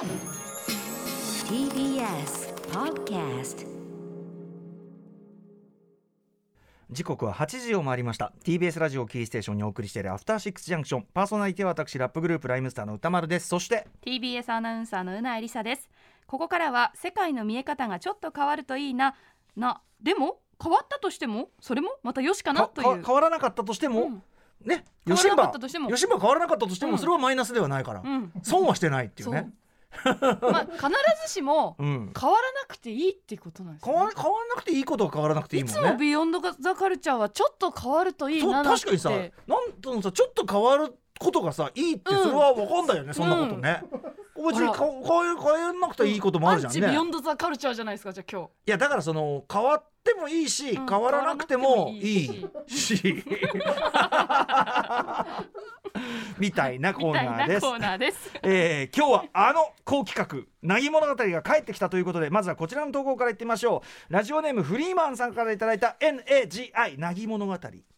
TBS Podcast。 時刻は8時を回りました。 TBS ラジオキーステーションにお送りしているアフターシックスジャンクション、パーソナリティは私ラップグループライムスターの歌丸です。そして TBS アナウンサーのうなえりさです。ここからは世界の見え方がちょっと変わるといいなでも変わったとしてもそれもまたよしかなという。 変わらなかったとしても、ね、 変わらなかったとしても吉村変わらなかったとしても、それはマイナスではないから、損はしてないっていうね。 まあ、必ずしも変わらなくていいっていうことなんですね。 変わらなくていいことは変わらなくていいもんね。 いつもビヨンドザカルチャーはちょっと変わるといいな。 確かにさ、なんともさ、ちょっと変わることがさいいって、それは分かんないよね、そんなことね。別に変えなくていいこともあるじゃんね。 アンチビヨンドザカルチャーじゃないですか。じゃあ今日いやだからその変わってもいいし、変わらなくてもいいしみたいなコーナーです。今日はあの好企画なぎ物語が帰ってきたということで、まずはこちらの投稿からいってみましょう。ラジオネームフリーマンさんからいただいた NAGI なぎ物語。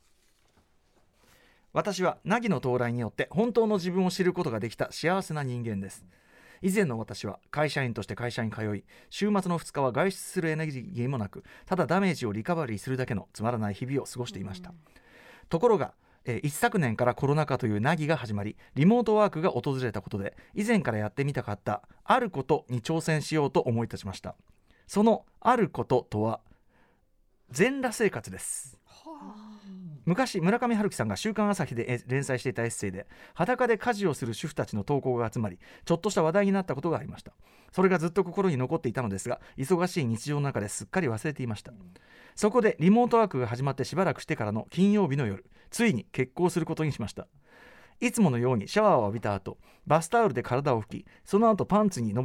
私は凪の到来によって本当の自分を知ることができた幸せな人間です。以前の私は会社員として会社に通い、週末の2日は外出するエネルギーもなく、ただダメージをリカバリーするだけのつまらない日々を過ごしていました。ところが一昨年からコロナ禍という凪が始まり、リモートワークが訪れたことで、以前からやってみたかったあることに挑戦しようと思い立ちました。そのあることとは全裸生活です。昔村上春樹さんが週刊朝日で連載していたエッセイで、裸で家事をする主婦たちの投稿が集まり、ちょっとした話題になったことがありました。それがずっと心に残っていたのですが、忙しい日常の中ですっかり忘れていました。そこでリモートワークが始まってしばらくしてからの金曜日の夜、ついに決行することにしました。いつものようにシャワーを浴びた後、バスタオルで体を拭き、その後パンツに手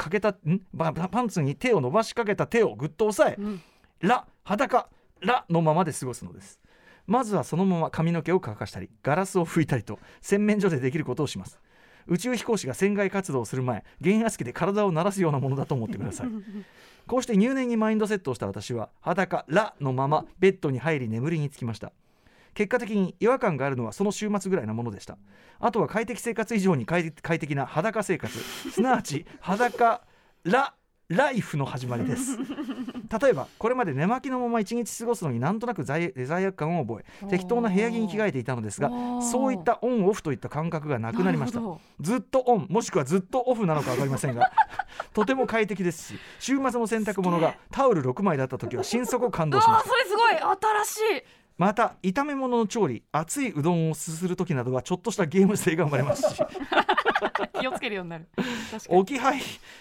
を伸ばしかけた手をぐっと押さえ、裸のままで過ごすのです。まずはそのまま髪の毛を乾かしたり、ガラスを拭いたりと洗面所でできることをします。宇宙飛行士が船外活動をする前、減圧器で体を慣らすようなものだと思ってください。こうして入念にマインドセットをした私は、裸のままベッドに入り眠りにつきました。結果的に違和感があるのはその週末ぐらいなものでした。あとは快適生活以上に快適な裸生活、すなわち裸ライフの始まりです。例えばこれまで寝巻きのまま一日過ごすのになんとなく罪悪感を覚え、適当な部屋着に着替えていたのですが、そういったオンオフといった感覚がなくなりました。ずっとオンもしくはずっとオフなのか分かりませんがとても快適ですし、週末の洗濯物がタオル6枚だった時は心底感動しました。 それすごい新しい。 また炒め物の調理、熱いうどんをすする時などはちょっとしたゲーム性が生まれますし気をつけるようになる。 置き配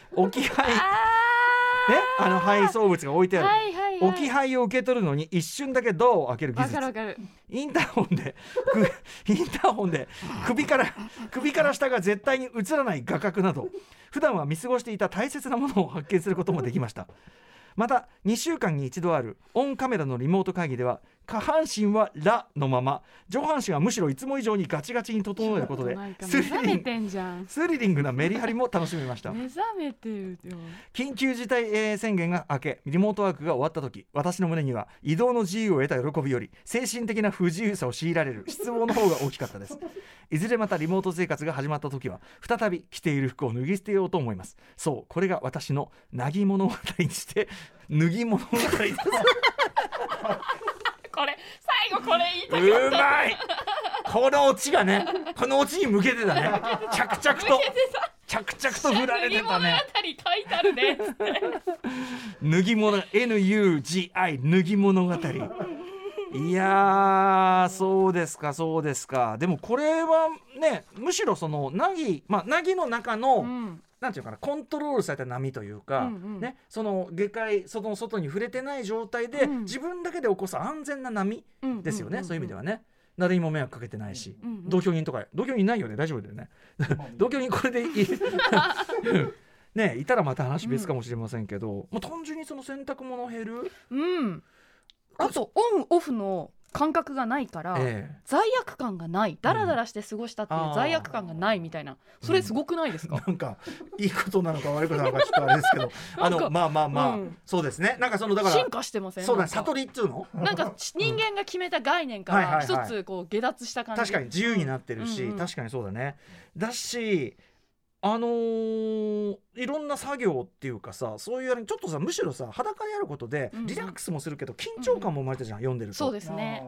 配送物が置いてある、置き配を受け取るのに一瞬だけドアを開ける技術、インターホンで首から下が絶対に映らない画角など、普段は見過ごしていた大切なものを発見することもできました。また2週間に一度あるオンカメラのリモート会議では、下半身はラのまま、上半身はむしろいつも以上にガチガチに整えることでスリリングなメリハリも楽しめました。 目覚めてるよ。 緊急事態宣言が明け、リモートワークが終わった時、私の胸には移動の自由を得た喜びより精神的な不自由さを強いられる失望の方が大きかったです。いずれまたリモート生活が始まった時は、再び着ている服を脱ぎ捨てようと思います。そう、これが私のなぎ物語にして脱ぎ物語ですこれ最後これ言いたかった。 うまい。このオチがね、このオチに向けてだね。着々と振られてたね。 書いてあるね脱ぎ物 NUGI 脱ぎ物語。いやー、そうですか。でもこれはね、むしろその凪の中の、なんていうかな、コントロールされた波というか、ね、その外界外に触れてない状態で、自分だけで起こす安全な波ですよね、そういう意味ではね。誰にも迷惑かけてないし、同居人いないよね、大丈夫だよね同居人これでいいね、いたらまた話別かもしれませんけど、単純にその洗濯物減る、 あとオンオフの感覚がないから、罪悪感がない、ダラダラして過ごしたっていう罪悪感がないみたいな、それすごくないですか？ なんかいいことなのか悪いことなのかちょっとあれですけどそうですね。なんかそのだから進化してません？ そうだね、悟りっていうのなんか人間が決めた概念から一つこう下脱した感じ、 確かに自由になってるし、確かにそうだね。だしいろんな作業っていうかさ、そういうちょっとさ、むしろさ裸でやることでリラックスもするけど緊張感も生まれたじゃん、読んでると。 そうですね、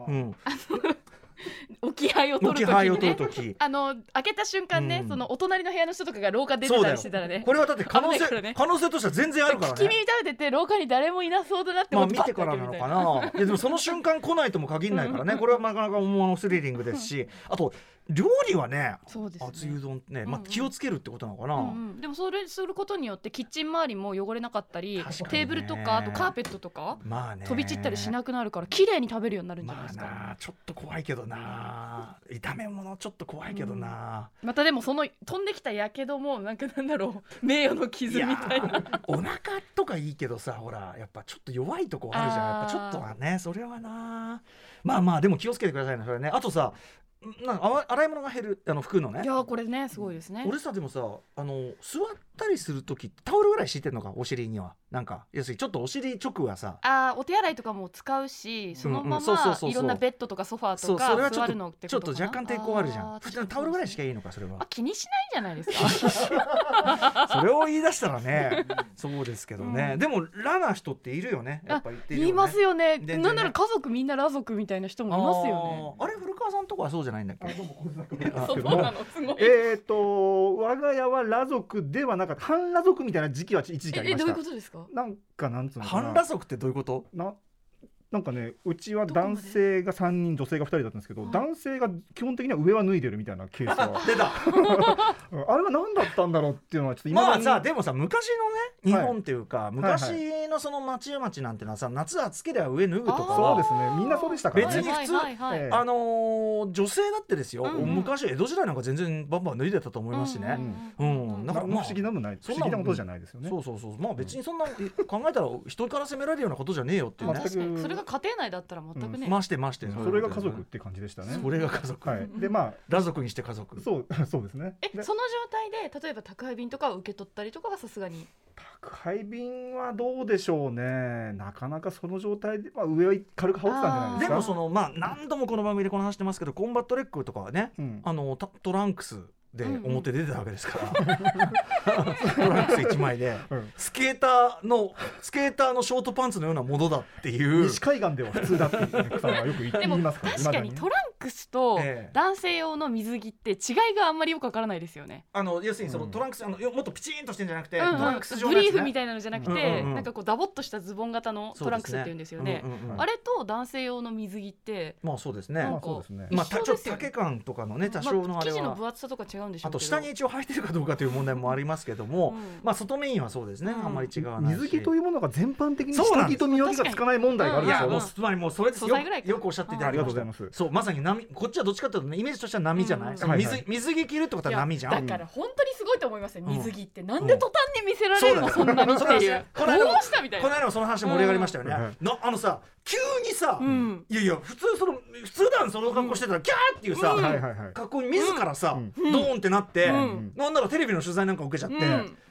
置置き配を取るときにね、開けた瞬間ね、そのお隣の部屋の人とかが廊下出てたりしてたらね、 これはだって可能性としては全然あるからね。 君食べてて廊下に誰もいなそうだなって思って見てからなのかな。いやでもその瞬間来ないとも限らないからね、これはなかなか思わぬスリリングですし、あと料理はね、熱いうどんね、気をつけるってことなのかな、 でもそれすることによってキッチン周りも汚れなかったり、テーブルとかあとカーペットとか、飛び散ったりしなくなるから綺麗に食べるようになるんじゃないですか。 ちょっと怖いけどな、炒め物ちょっと怖いけどな、 またでもその飛んできたやけどもなんだろう、名誉の傷みたいなお腹とかいいけどさ、ほらやっぱちょっと弱いとこあるじゃん、やっぱちょっとはね、それはな、まあでも気をつけてくださいね、それね。あとさ、洗い物が減る、拭くのね。 いやこれねすごいですね。 俺さでもさ、座ったりするときタオルぐらい敷いてんのか、お尻には。なんか要するにちょっとお尻直はさ、 お手洗いとかも使うし、そのままいろんなベッドとかソファーとか座るのってことかな。 ちょっと若干抵抗あるじゃん。タオルぐらいしかいいのか、それは。 気にしないんじゃないですかそれを言い出したらねそうですけどね、でもラな人っているよね、やっぱ言いますよね。なんなら家族みんなラ族みたいな人もいますよね。 あれ古川さんとかはそうじゃないんだっけ。 そうなの、すごい。 我が家は裸族ではなかった、半裸族みたいな時期は一時期ありました。 どういうことですか。 なんつうのかな、 半裸族ってどういうこと。 なんかね、うちは男性が3人女性が2人だったんですけど、男性が基本的には上は脱いでるみたいなケースは出たあれは何だったんだろうっていうのはちょっと今さ、でもさ、昔のね日本っていうか、昔のその町々なんてのはさ、夏は暑ければ上脱ぐとか、 そうですね、みんなそうでしたからね。 別に普通、女性だってですよ、昔江戸時代なんか全然バンバン脱いでたと思いますしね。だから不思議なことじゃないですよね。そう別にそんな考えたら人から責められるようなことじゃねえよっていうね。 それが家庭内だったら全くね、 ましてそれが家族って感じでしたね。 それが家族、 で裸族にして家族、 そうですね。 その状態で例えば宅配便とかを受け取ったりとかはさすがに。 宅配便はどうでしょうね。なかなかその状態で、上は軽く羽織ってたんじゃないですか。 でも何度もこの番組でこの話してますけど、コンバットレックとかはね、トランクスで表出てたわけですから、トランクス1枚で、スケーターのショートパンツのようなものだっていう。 西海岸では普通だっていうさんはよく言いますから。 でも確かにトランクスと男性用の水着って違いがあんまりよくわからないですよね。 要するにそのトランクス、もっとピチンとしてるんじゃなくて、トランクス状ブリーフみたいなのじゃなくて、なんかこうダボっとしたズボン型のトランクスっていうんですよね。あれと男性用の水着ってそうですね。 ちょっと丈感とかのね、多少のあれは生地の分厚さとか違うんでしょうけど、 あと下に一応履いてるかどうかという問題もありますけども、外メインはそうですね、あんまり違わないし、 水着というものが全般的に下着と見分けがつかない問題があるんですよ。 つまりもうそれですよくおっしゃっていただきました。 ありがとうございます。 そう、まさに波、こっちはどっちかというとね、イメージとしては波じゃない。水着着るってことは波じゃん。 だから本当にすごいと思いますよ。水着ってなんで途端に見せられるの、そんなにっていう。どうしたみたいな。 この間もその話盛り上がりましたよね。さ、急にさ、いや普通段その格好してたらキャーっていうさ、格好に自らさ、ドーンってなって、なんならテレビの取材なんか受けちゃって。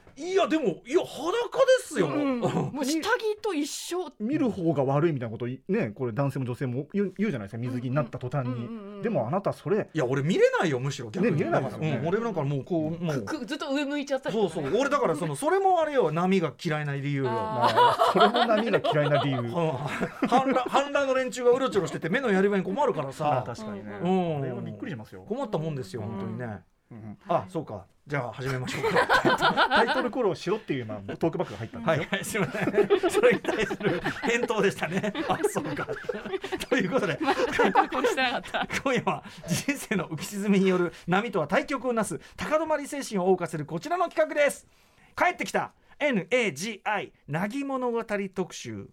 いやでも裸ですよ、 もう下着と一緒。 見る方が悪いみたいなことね、これ男性も女性も言うじゃないですか、水着になった途端に。でもあなたそれ、 いや俺見れないよ、むしろ逆に見れないですよね。 俺なんかもうこうずっと上向いちゃったりとかね。 俺だからそれもあれよ、波が嫌いな理由よ。 それも波が嫌いな理由。 反乱の連中がうろちょろしてて目のやり場に困るからさ。 確かにね。あれはびっくりしますよ。 困ったもんですよ本当にね。そうか、じゃあ始めましょうか。 タイトルコールをしろっていうトークバックが入ったんですよ。 すいません、それに対する返答でしたね。そうかということで、今夜は人生の浮き沈みによる波とは対極をなす高止まり精神を謳歌するこちらの企画です。帰ってきた NAGI なぎ物語特集。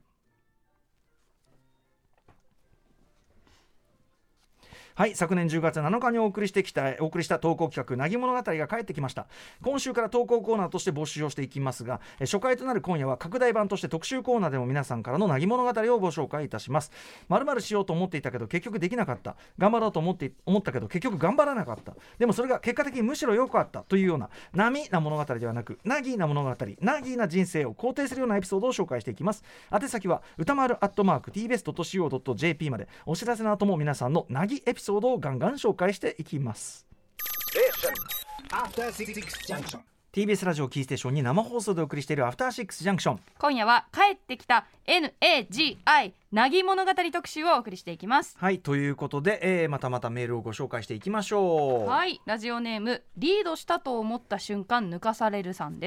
はい、昨年10月7日にお送りした投稿企画なぎ物語が帰ってきました。今週から投稿コーナーとして募集をしていきますが、初回となる今夜は拡大版として特集コーナーでも皆さんからのなぎ物語をご紹介いたします。〇〇しようと思っていたけど結局できなかった、頑張ろうと思ったけど結局頑張らなかった、でもそれが結果的にむしろ良かったというような波な物語ではなくなぎな物語、なぎな人生を肯定するようなエピソードを紹介していきます。宛先は歌丸@tbest.co.jp まで。お知らせの後も皆さんのなぎエピソードをガンガン紹介していきます。 TBS ラジオキーステーションに生放送でお送りしているアフターシックスジャンクション。 今夜は帰ってきた NAGI なぎ物語特集をお送りしていきます。 はい、ということで、またまたメールをご紹介していきましょう。 はい、ラジオネームリードしたと思った瞬間抜かされるさんです。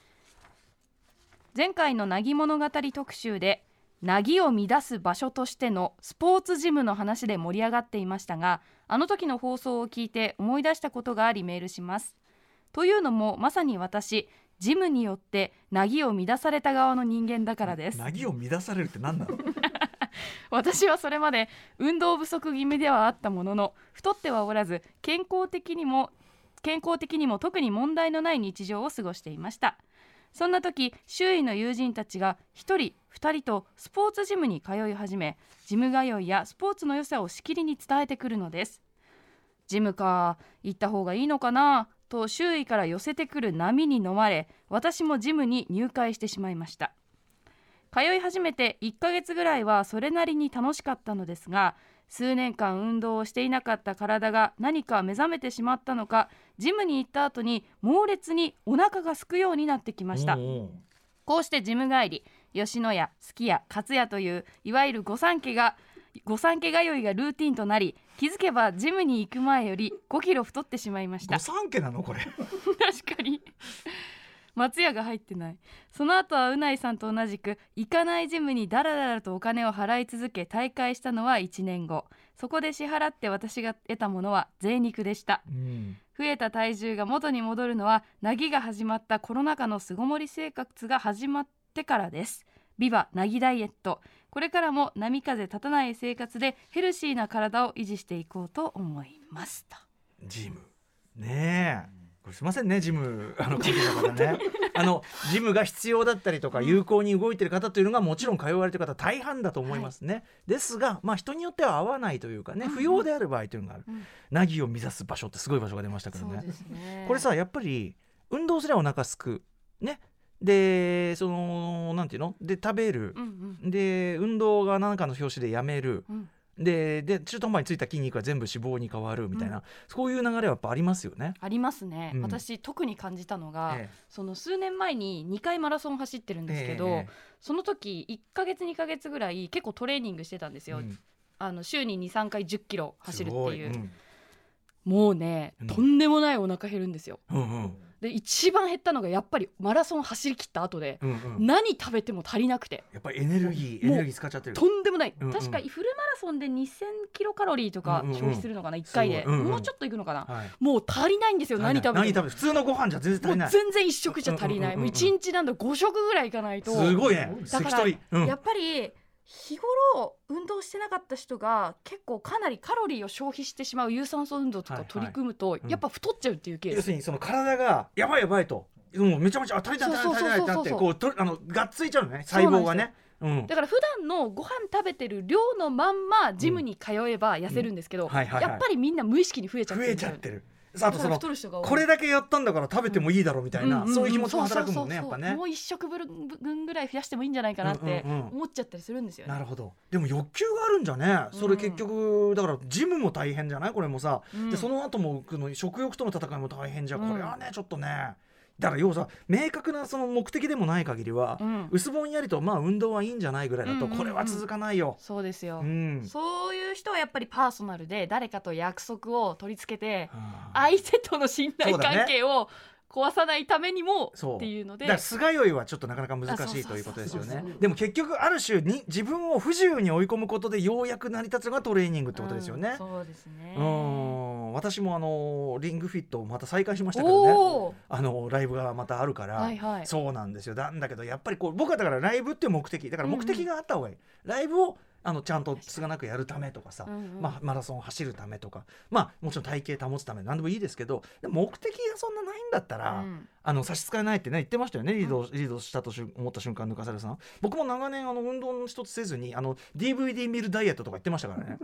前回のなぎ物語特集でなぎを乱す場所としてのスポーツジムの話で盛り上がっていましたが、あの時の放送を聞いて思い出したことがありメールします。というのもまさに私、ジムによってなぎを乱された側の人間だからです。 なぎを乱されるって何なの私はそれまで運動不足気味ではあったものの、太ってはおらず健康的にも特に問題のない日常を過ごしていました。そんな時、周囲の友人たちが1人2人とスポーツジムに通い始め、ジム通いやスポーツの良さをしきりに伝えてくるのです。ジムか、行った方がいいのかなと周囲から寄せてくる波に飲まれ、私もジムに入会してしまいました。通い始めて1ヶ月ぐらいはそれなりに楽しかったのですが、数年間運動をしていなかった体が何か目覚めてしまったのか、ジムに行った後に猛烈にお腹が空くようになってきました。こうしてジム帰り、吉野家、すき家、かつやといういわゆる御三家通いがルーティンとなり、気づけばジムに行く前より5キロ太ってしまいました。 御三家なのこれ確かに松屋が入ってない。その後はうないさんと同じく行かないジムにダラダラとお金を払い続け、退会したのは1年後。そこで支払って私が得たものは贅肉でした、増えた体重が元に戻るのはなぎが始まったコロナ禍の巣ごもり生活が始まってからです。ビバなぎダイエット、これからも波風立たない生活でヘルシーな体を維持していこうと思いますと。 ジムねえ、これすいませんね、ジム関係者方ねジムが必要だったりとか有効に動いている方というのがもちろん通われている方大半だと思いますね、ですが、人によっては合わないというかね、不要である場合というのがある、なぎを乱す場所ってすごい場所が出ましたけどそうですね。 これさ、やっぱり運動すればお腹すくね、でなんていうので食べる、で運動が何かの拍子でやめる、で中途半端についた筋肉が全部脂肪に変わるみたいな、そういう流れはやっぱありますよね。 ありますね、私特に感じたのが、その数年前に2回マラソン走ってるんですけど、その時1ヶ月2ヶ月ぐらい結構トレーニングしてたんですよ、週に 2,3 回10キロ走るっていう、もうね、とんでもないお腹減るんですよ、で一番減ったのがやっぱりマラソン走り切った後で、何食べても足りなくて、 やっぱりエネルギー使っちゃってる。 とんでもない、確かフルマラソンで2000キロカロリーとか消費するのかな、1回で、もうちょっといくのかな、もう足りないんですよ。何食べても普通のご飯じゃ全然足りない、 もう全然1食じゃ足りない、もう1日なんだ5食ぐらいいかないと。 すごいね、 だから、やっぱり日頃運動してなかった人が結構かなりカロリーを消費してしまう有酸素運動とか取り組むと、やっぱ太っちゃうっていうケース、 要するにその体がやばいやばいと、もうめちゃめちゃ足りないってなってこうがっついちゃうのね、細胞がね。 だから普段のご飯食べてる量のまんまジムに通えば痩せるんですけど、やっぱりみんな無意識に増えちゃってる。あとこれだけやったんだから食べてもいいだろうみたいな、そういう気持ちも働くもんね、やっぱね。 もう1食分ぐらい増やしてもいいんじゃないかなって思っちゃったりするんですよね。 なるほど。でも欲求があるんじゃね、それ結局だからジムも大変じゃない、これもさ、でその後も食欲との戦いも大変じゃん、これはねちょっとね。だから要は明確なその目的でもない限りは、薄ぼんやりと運動はいいんじゃないぐらいだとこれは続かないよ。 そうですよ、そういう人はやっぱりパーソナルで誰かと約束を取り付けて、相手との信頼関係を壊さないためにもっていうので、 だから菅酔いはちょっとなかなか難しいということですよね。でも結局ある種に自分を不自由に追い込むことでようやく成り立つのがトレーニングってことですよね。 そうですね。 私もリングフィットをまた再開しましたけどね、ライブがまたあるから、そうなんですよ。なんだけどやっぱり僕はだからライブっていう目的だから、目的があった方がいい、ライブをちゃんとつがなくやるためとかさ、マラソンを走るためとか、もちろん体型保つため何でもいいですけど、でも目的がそんなないんだったら、差し支えないってね言ってましたよね、リードしたと思った瞬間抜かされるさん。僕も長年運動の一つせずにDVD 見るダイエットとか言ってましたからね。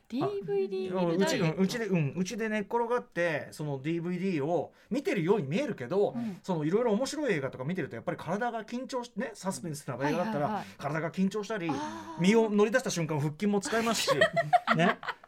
DVD 見るダイエット、 うちで寝っ転がってその DVD を見てるように見えるけど、いろいろ面白い映画とか見てるとやっぱり体が緊張してね、サスペンスな映画だったら体が緊張したり、身を乗り出した瞬間腹筋も使いますしね、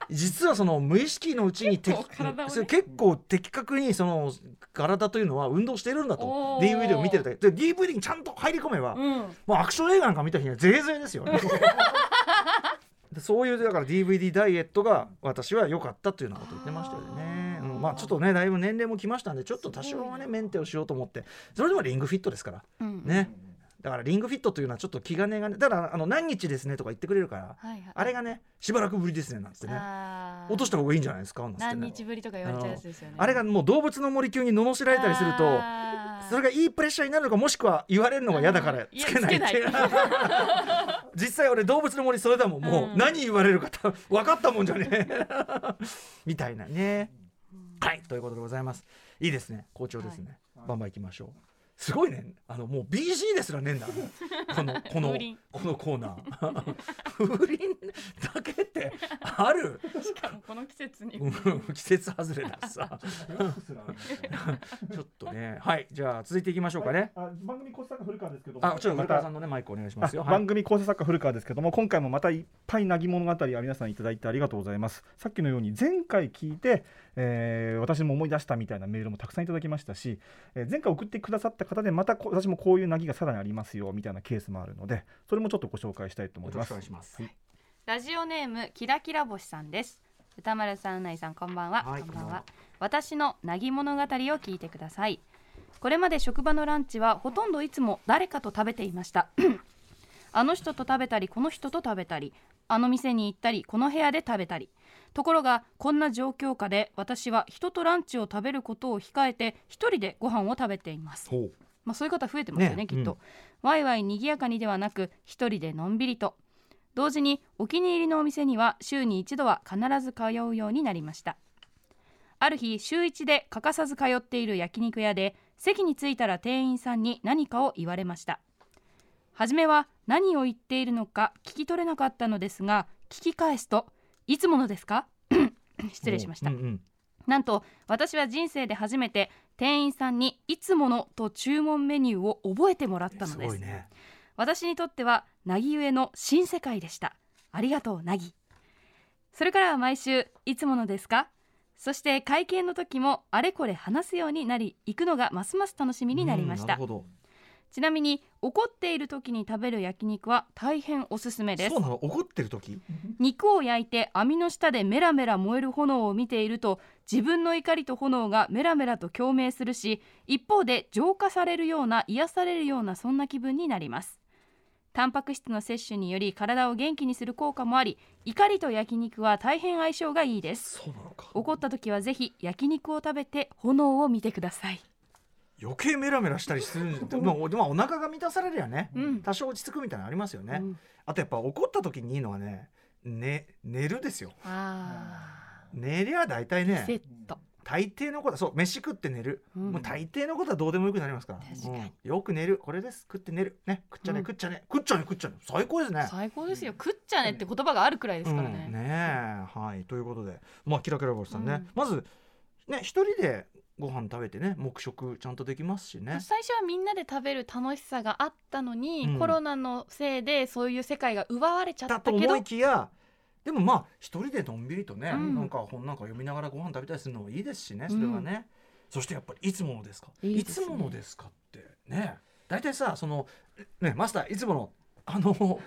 実はその無意識のうちにそれ結構的確にその体というのは運動してるんだと DVD を見てるだけで DVD にちゃんと入り込めば、もうアクション映画なんか見た日にはぜいぜいですよねそういうだから DVD ダイエットが私は良かったというようなことを言ってましたよね、まあちょっとねだいぶ年齢も来ましたんでちょっと多少はねメンテをしようと思ってそれでもリングフィットですから、ねだからリングフィットというのはちょっと気兼ねがねだから何日ですねとか言ってくれるから、はいはい、あれがねしばらくぶりですねなんつってね落とした方がいいんじゃないですかなんつって、ね、 何日ぶりとか言われちゃうやつですよね。 あれがもう動物の森級に罵られたりするとそれがいいプレッシャーになるのかもしくは言われるのが嫌だからつけないって実際俺動物の森それだもんもう何言われるか分かったもんじゃねえみたいなねはいということでございます。いいですね好調ですね、はい、バンバンいきましょう。すごいねもう BG ですらねえんだこのコーナー風鈴だけってあるしかもこの季節に季節外れださちょっとねはいじゃあ続いていきましょうかね、 はい、番組構成作家古川ですけどもちょっと古川さんのねマイクお願いしますよ、はい、 番組構成作家古川ですけども今回もまたいっぱいなぎ物語は皆さんいただいてありがとうございます。さっきのように前回聞いて、私も思い出したみたいなメールもたくさんいただきましたし、前回送ってくださった方でまた私もこういうなぎがさらにありますよみたいなケースもあるのでそれもちょっとご紹介したいと思います。 お願いします、はい、 ラジオネームキラキラ星さんです。歌丸さんうないさんこんばんは、はい、こんばんは。私のなぎ物語を聞いてください。これまで職場のランチはほとんどいつも誰かと食べていましたあの人と食べたりこの人と食べたりあの店に行ったりこの部屋で食べたりところがこんな状況下で私は人とランチを食べることを控えて一人でご飯を食べています。そういう方増えてますよねきっと、ワイワイにぎやかにではなく一人でのんびりと。同時にお気に入りのお店には週に一度は必ず通うようになりました。ある日週一で欠かさず通っている焼肉屋で席に着いたら店員さんに何かを言われました。はじめは何を言っているのか聞き取れなかったのですが聞き返すといつものですか失礼しました、なんと私は人生で初めて店員さんにいつものと注文メニューを覚えてもらったのです。すごいね。私にとってはなぎゆえの新世界でした。ありがとうなぎ。それからは毎週いつものですか、そして会計の時もあれこれ話すようになり行くのがますます楽しみになりました。ちなみに怒っている時に食べる焼肉は大変おすすめです。 そうなの？怒ってる時？ 肉を焼いて網の下でメラメラ燃える炎を見ていると自分の怒りと炎がメラメラと共鳴するし、一方で浄化されるような癒されるようなそんな気分になります。タンパク質の摂取により体を元気にする効果もあり、怒りと焼肉は大変相性がいいです。 そうなのか。 怒った時はぜひ焼肉を食べて炎を見てください。 余計メラメラしたりするまあお腹が満たされるやね、多少落ち着くみたいなのありますよね、あとやっぱ怒った時にいいのはね、寝るですよ。寝りゃ大体ねセット大抵のことはそう飯食って寝る、もう大抵のことはどうでもよくなりますから、よく寝る、これです。食って寝るね、食っちゃね、食っちゃね、食っちゃね、食っちゃね、最高ですね。 最高ですよ。食っちゃねって言葉があるくらいですからね、 ねえ、はい、ということでまあキラキラ星さんね、まずね一人でご飯食べてね黙食ちゃんとできますしね。 最初はみんなで食べる楽しさがあったのに、コロナのせいでそういう世界が奪われちゃったけどだと思いきや、でもまあ一人でのんびりとね、なんか本なんか読みながらご飯食べたりするのもいいですしね、それはね、そしてやっぱりいつものですか、いつものですかってね、大体さそのねマスターいつものこ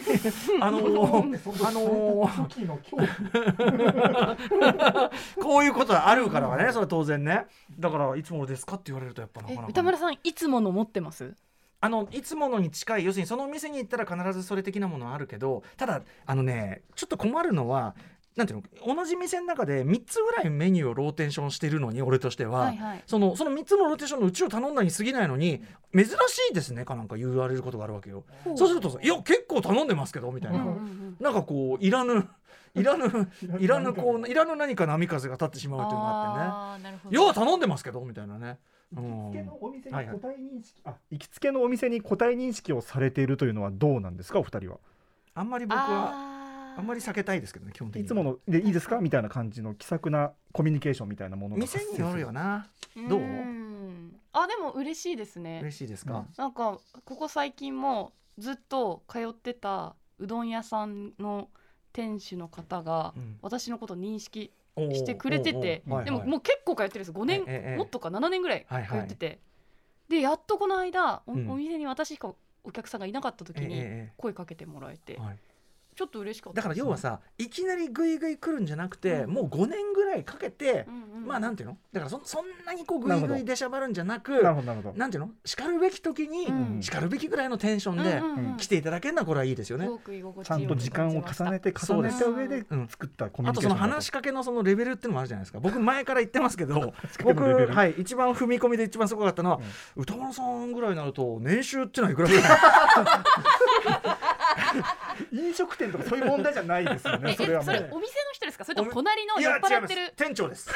ういうことはあるからはね、それは当然ね。だからいつものですかって言われるとやっぱなかなか、 歌村さんいつもの持ってます？ いつものに近い、要するにそのお店に行ったら必ずそれ的なものはあるけど、ただちょっと困るのはなんていうの、同じ店の中で3つぐらいメニューをローテーションしてるのに俺としては、その3つのローテーションのうちを頼んだに過ぎないのに珍しいですねかなんか言われることがあるわけよ。そうするとさ、いや結構頼んでますけどみたいな、なんかこういらぬ何か波風が立ってしまうというのがあってね、いや頼んでますけどみたいなね。 行きつけのお店に個体認識をされているというのはどうなんですかお二人は？ あんまり僕はあんまり避けたいですけどね、基本的に。 いつものでいいですかみたいな感じの気さくなコミュニケーションみたいなものが店によるよな。どう？ でも嬉しいですね。 嬉しいですか？ なんかここ最近もずっと通ってたうどん屋さんの店主の方がうん私のことを認識おーしてくれてて、 おーおーでももう結構通ってるんです5年、もっとか7年ぐらい通ってて、でやっとこの間お店に私しかお客さんがいなかった時に声かけてもらえて、 はいちょっと嬉しかっただから要はさいきなりグイグイ来るんじゃなくて、もう5年ぐらいかけて、まあなんていうのだから そんなにこうグイグイ出しゃばるんじゃなくなるほどなるほど。 なんていうの叱るべき時に、叱るべきぐらいのテンションで来ていただけるのはこれはいいですよね。 すごく居心地ちゃんと時間を重ねてた上で作ったコミュあとそのニケーションだと。 話しかけのそのレベルっていうのもあるじゃないですか。僕前から言ってますけど僕、 けのレベルはい、一番踏み込みで一番すごかったのは、歌丸さんぐらいになると年収っていうのはいくらぐらい飲食店とかそういう問題じゃないですよね。それはもうそれお店の人ですか、それとも隣の酔っ払ってる。 店長です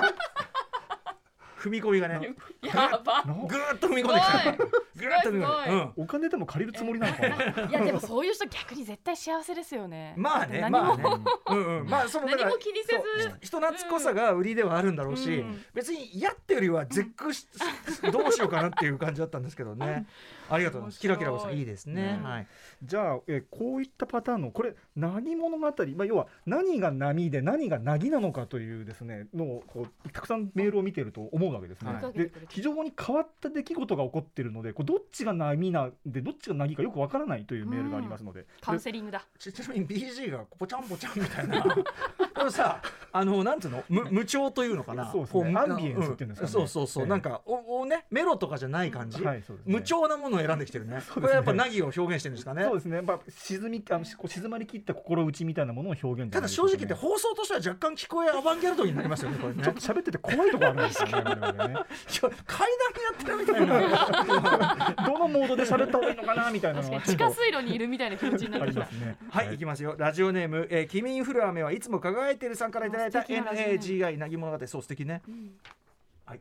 踏み込みがねやばぐーっと踏み込んできたぐーっと踏み込んで、 すごいお金でも借りるつもりなのかな。 いやでもそういう人逆に絶対幸せですよね。 まあね何も、 まあねまあそのだから何も気にせずそう人懐っこさが売りではあるんだろうし、別に嫌ってよりは絶句し、どうしようかなっていう感じだったんですけどね。ありがとうございます。キラキラさんいいですね。はい。 じゃあ、こういったパターンのこれ何物語、要は何が波で何が凪なのかというですねのをこうたくさんメールを見てると思うわけですね。 はいで非常に変わった出来事が起こっているので、これどっちが波なんでどっちが凪かよくわからないというメールがありますので、 カウンセリングだ。 ちなみに BG がポチャンポチャンみたいなこれさなんていうの無調というのかな。 そうですねこアンビエンスっていうんですかね。 そうそうそう、なんかおねメロとかじゃない感じ、 はいそうですね無調なものを選んできてるね。これやっぱ凪を表現してるんですかね。 そうですね。静まりきった心打ちみたいなものを表現。 ただ正直言って放送としては若干聞こえアバンギャルドになりますよねこれね。 ちょっと喋ってて怖いところあるんですよね。我々ね階段やってるみたいなどのモードで喋った方がいいのかなみたいなのは地下水路にいるみたいな気持ちになありました。 りますね。 はい、いきますよ。ラジオネーム、君に降る雨はいつも輝いているさんからいただいた素敵なラジオネーム NAGI なぎ物語。そう素敵ね。はい。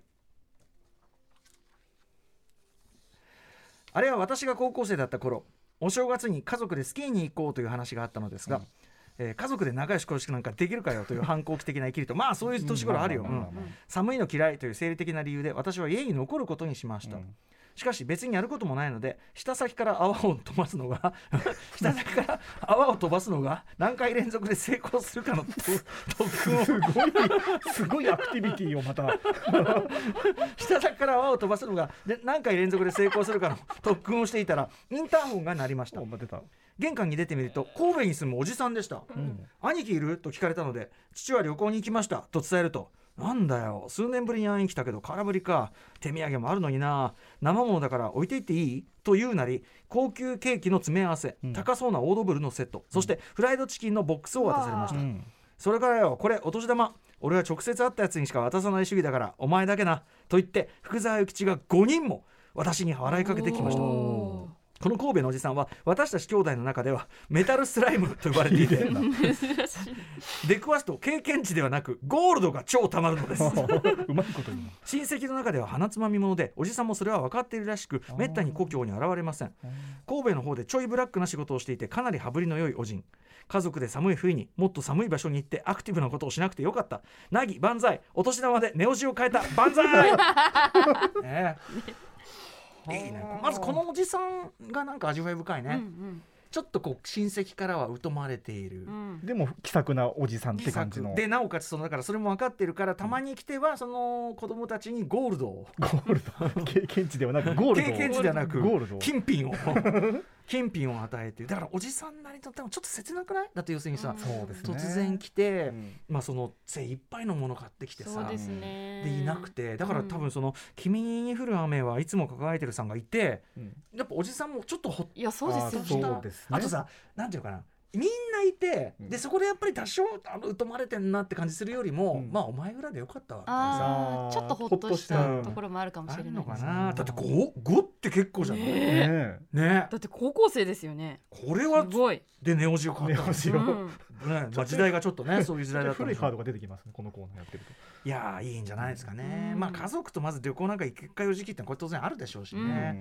あれは私が高校生だった頃、お正月に家族でスキーに行こうという話があったのですが、家族で仲良し恋しくなんかできるかよという反抗期的な生きると、まあそういう年頃あるよ。寒いの嫌いという生理的な理由で私は家に残ることにしました。しかし別にやることもないので下先から泡を飛ばすのが下先から泡を飛ばすのが何回連続で成功するかの特訓をすごいアクティビティをまた下先から泡を飛ばすのが何回連続で成功するかの特訓をしていたらインターホンが鳴りました。玄関に出てみると神戸に住むおじさんでした。兄貴いると聞かれたので父は旅行に行きましたと伝えると、なんだよ数年ぶりに会いに来たけど空振りか、手土産もあるのにな、生ものだから置いていっていいと言うなり高級ケーキの詰め合わせ、高そうなオードブルのセット、そしてフライドチキンのボックスを渡されました。それからよこれお年玉、俺は直接会ったやつにしか渡さない主義だからお前だけなと言って福沢諭吉が5人も私に払いかけてきました。この神戸のおじさんは私たち兄弟の中ではメタルスライムと呼ばれていて出くわすと経験値ではなくゴールドが超たまるのですうまいこと言うな。 親戚の中では鼻つまみ者でおじさんもそれは分かっているらしくめったに故郷に現れません。神戸の方でちょいブラックな仕事をしていてかなり羽振りの良いおじん。家族で寒い冬にもっと寒い場所に行ってアクティブなことをしなくてよかった。なぎ万歳、お年玉でネオジを変えた万歳ねいいね。まずこのおじさんがなんか味わい深いね。ちょっとこう親戚からは疎まれている、 でも気さくなおじさんって感じのでなおかつだからそれも分かってるからたまに来てはその子供たちにゴールドを経験値ではなくゴールド経験値ではなくゴールド金品を与えてだからおじさんなりとでもちょっと切なくない？だって要するにさ、 そうですね、 突然来て、まあその精一杯のもの買ってきてさ、 そうですね、 でいなくてだから多分その、君に降る雨はいつも輝いてるさんがいて、やっぱおじさんもちょっとほっいやそうですよね。 そうですね。 あとさなんていうかなみんないて、でそこでやっぱり多少疎まれてんなって感じするよりも、まあお前ぐらいでよかったわみたいなちょっとほっとしたところもあるかもしれないのかな。だって 5って結構じゃないねだって高校生ですよね。 これはすごいでネオジを買ったんですよ、まあ時代がちょっとねそういう時代だったんで古いカードが出てきますねこのコーナーやってると。 いやいいんじゃないですかね。まあ家族とまず旅行なんか一回お時期ってこれ当然あるでしょうしね、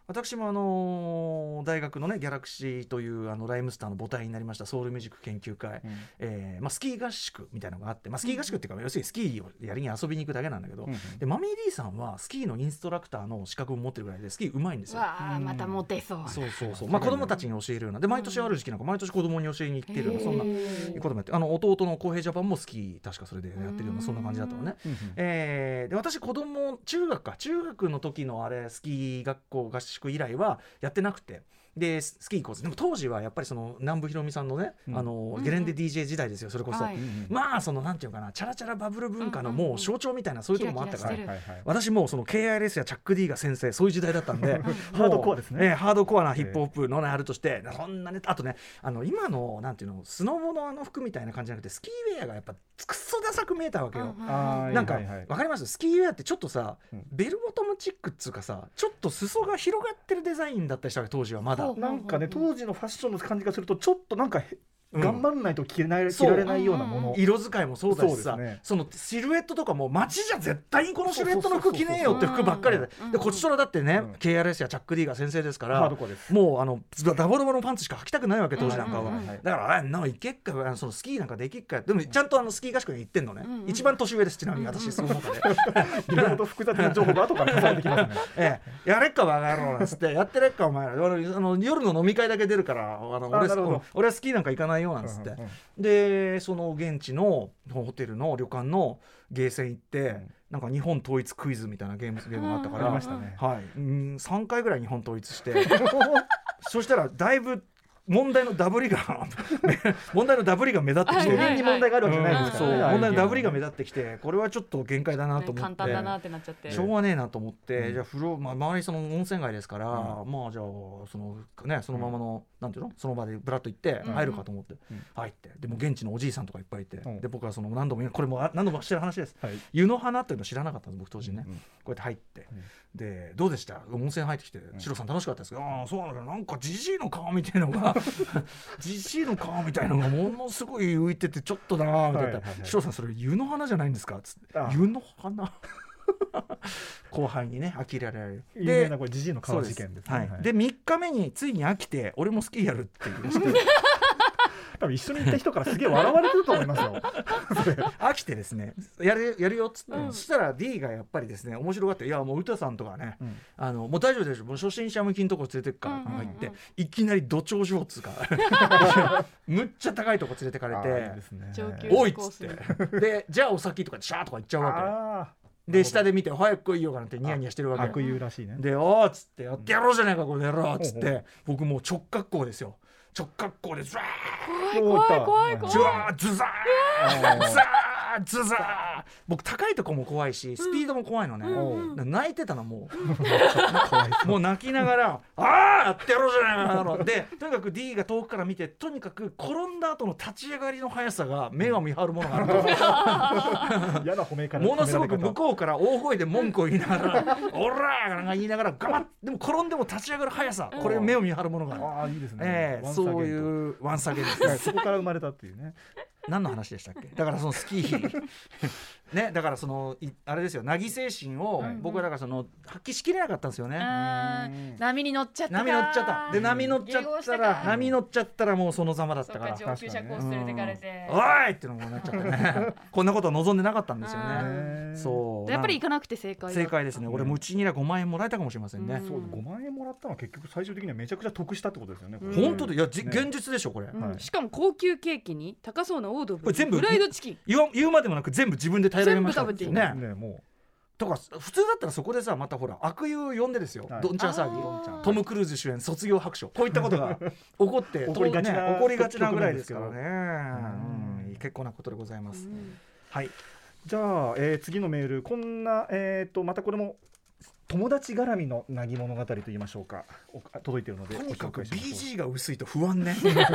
私も大学のねギャラクシーというライムスターの母体になりましたソウルミュージック研究会、スキー合宿みたいなのがあって、スキー合宿っていうか要するにスキーをやりに遊びに行くだけなんだけど、でマミー D さんはスキーのインストラクターの資格を持ってるぐらいでスキーうまいんですよ。 わあまたモテそう。 そう子供たちに教えるようなで毎年ある時期なんか毎年子供に教えに行ってるようなそんなこともやって弟の浩平ジャパンもスキー確かそれでやってるようなそんな感じだったのね。で私中学の時のあれスキー学校合宿以来はやってなくてでスキー行こうぜ。でも当時はやっぱりその南部ひろみさんのね、ゲレンデ DJ 時代ですよそれこそ、そのなんていうかなチャラチャラバブル文化のもう象徴みたいなそういうとこもあったから、私もその KRS やチャック D が先生そういう時代だったんでハードコアですね、 ハードコアなヒップホップのねあるとしてそんなねあとね今のなんていうのスノボの服みたいな感じじゃなくてスキーウェアがやっぱくっそダサく見えたわけよ。なんかわかりますスキーウェアってちょっとさベルボトムチックっつうかさちょっと裾が広がってるデザインだったりしたわけ当時はまだなんかね当時のファッションの感じがするとちょっとなんか頑張らないと着られないようなもの、 色使いもそうだしさ、そのシルエットとかも街じゃ絶対にこのシルエットの服着ねえよって服ばっかりで、こっちとらだってね、KRS やチャック D が先生ですからもうダボダボのパンツしか履きたくないわけ当時なんかは、だから行けっかそのスキーなんかできっかでもちゃんとスキー合宿に行ってんのね、一番年上ですちなみに私その中でいろいろと複雑な情報が後から重ねてきますねやれっかバカ野郎なんつってやってれっかお前ら夜の飲み会だけ出るから俺はスキーなんか行かないよなんつって、でその現地のホテルの旅館のゲーセン行って、なんか日本統一クイズみたいなゲームがあったから、3回ぐらい日本統一してそしたらだいぶ問題のダブりが目立ってきて、 無限に問題があるわけじゃないですからね、 問題のダブりが目立ってきてこれはちょっと限界だなと思って、 簡単だなってなっちゃってしょうがねえなと思って、じゃあ周りその温泉街ですから、じゃあそのままのなんていうのその場でブラッと行って入るかと思って入って、でも現地のおじいさんとかいっぱいいて、で僕はそのこれも何度もしてる話です、湯の花っていうの知らなかったんです僕当時ね、こうやって入って、でどうでした温泉入ってきてシロさん楽しかったですか、そうなんだけどなんかジジイの顔みたいのがジジイの顔みたいのがものすごい浮いててちょっとなーみたいな、シロさんそれ湯の花じゃないんですかつって湯の花後輩にね呆れられる有名なこれジジイの顔事件ですね。 で3日目についに飽きて俺もスキーやるって言い出して多分一緒に行った人からすげえ笑われてると思いますよ飽きてですねやるよっつって、そしたら D がやっぱりですね面白がっていやもう歌さんとかね、もう大丈夫でしょもう初心者向きのとこ連れてくから入って、いきなりど頂上っつうかむっちゃ高いとこ連れてかれて、おいっつってでじゃあお先とかシャーとか行っちゃうわけで下で見て早く来いよかなんてニヤニヤしてるわけ。 悪友らしいね。 でおーっつってやってやろうじゃないかこの野郎っつって僕もう直角行ですよ。直角行でズワー怖いズザーズザー僕高いとこも怖いしスピードも怖いのね、泣いてたのもう泣きながらあーやってやろうじゃないかでとにかく D が遠くから見てとにかく転んだ後の立ち上がりの速さが目が見張るものがある嫌な褒め方ものすごく向こうから大声で文句を言いながらオラー言いながらガバッでも転んでも立ち上がる速さこれ目を見張るものがある。 ああいいですね、 そういうワンサゲですねそこから生まれたっていうね何の話でしたっけ。だからそのスキーねだからそのあれですよ凪精神を僕はだからその発揮しきれなかったんですよね。 波に乗っちゃったで波乗っちゃったらもうそのざまだったから上級者コース連れてかれておいってのもなっちゃってねこんなことは望んでなかったんですよね。そうやっぱり行かなくて正解ですね。俺もうちに5万円もらえたかもしれませんね。 そう5万円もらったのは結局最終的にはめちゃくちゃ得したってことですよね。 本当でいや現実でしょこれ。 しかも高級ケーキに高そうなオードブル全部フライドチキン言うまでもなく全部自分で平らげました全部食べていいね。もうとか普通だったらそこでさまたほら悪友呼んでですよ、どんちゃん騒ぎトム・クルーズ主演卒業白書こういったことが起こって起こりがちなぐらいですからね。結構なことでございます、はい。 じゃあ、次のメールこんな、またこれも友達絡みのなぎ物語と言いましょうか届いているのでとにかく BG が薄いと不安ねそうですね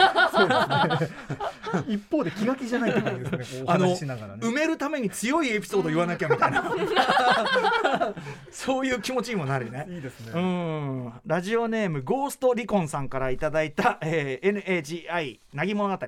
一方で気が気じゃないって感じですねお話ししながらね埋めるために強いエピソード言わなきゃみたいなそういう気持ちにもなるね。 いいですね。 ラジオネームゴーストリコンさんからいただいた、NAGI なぎ物語。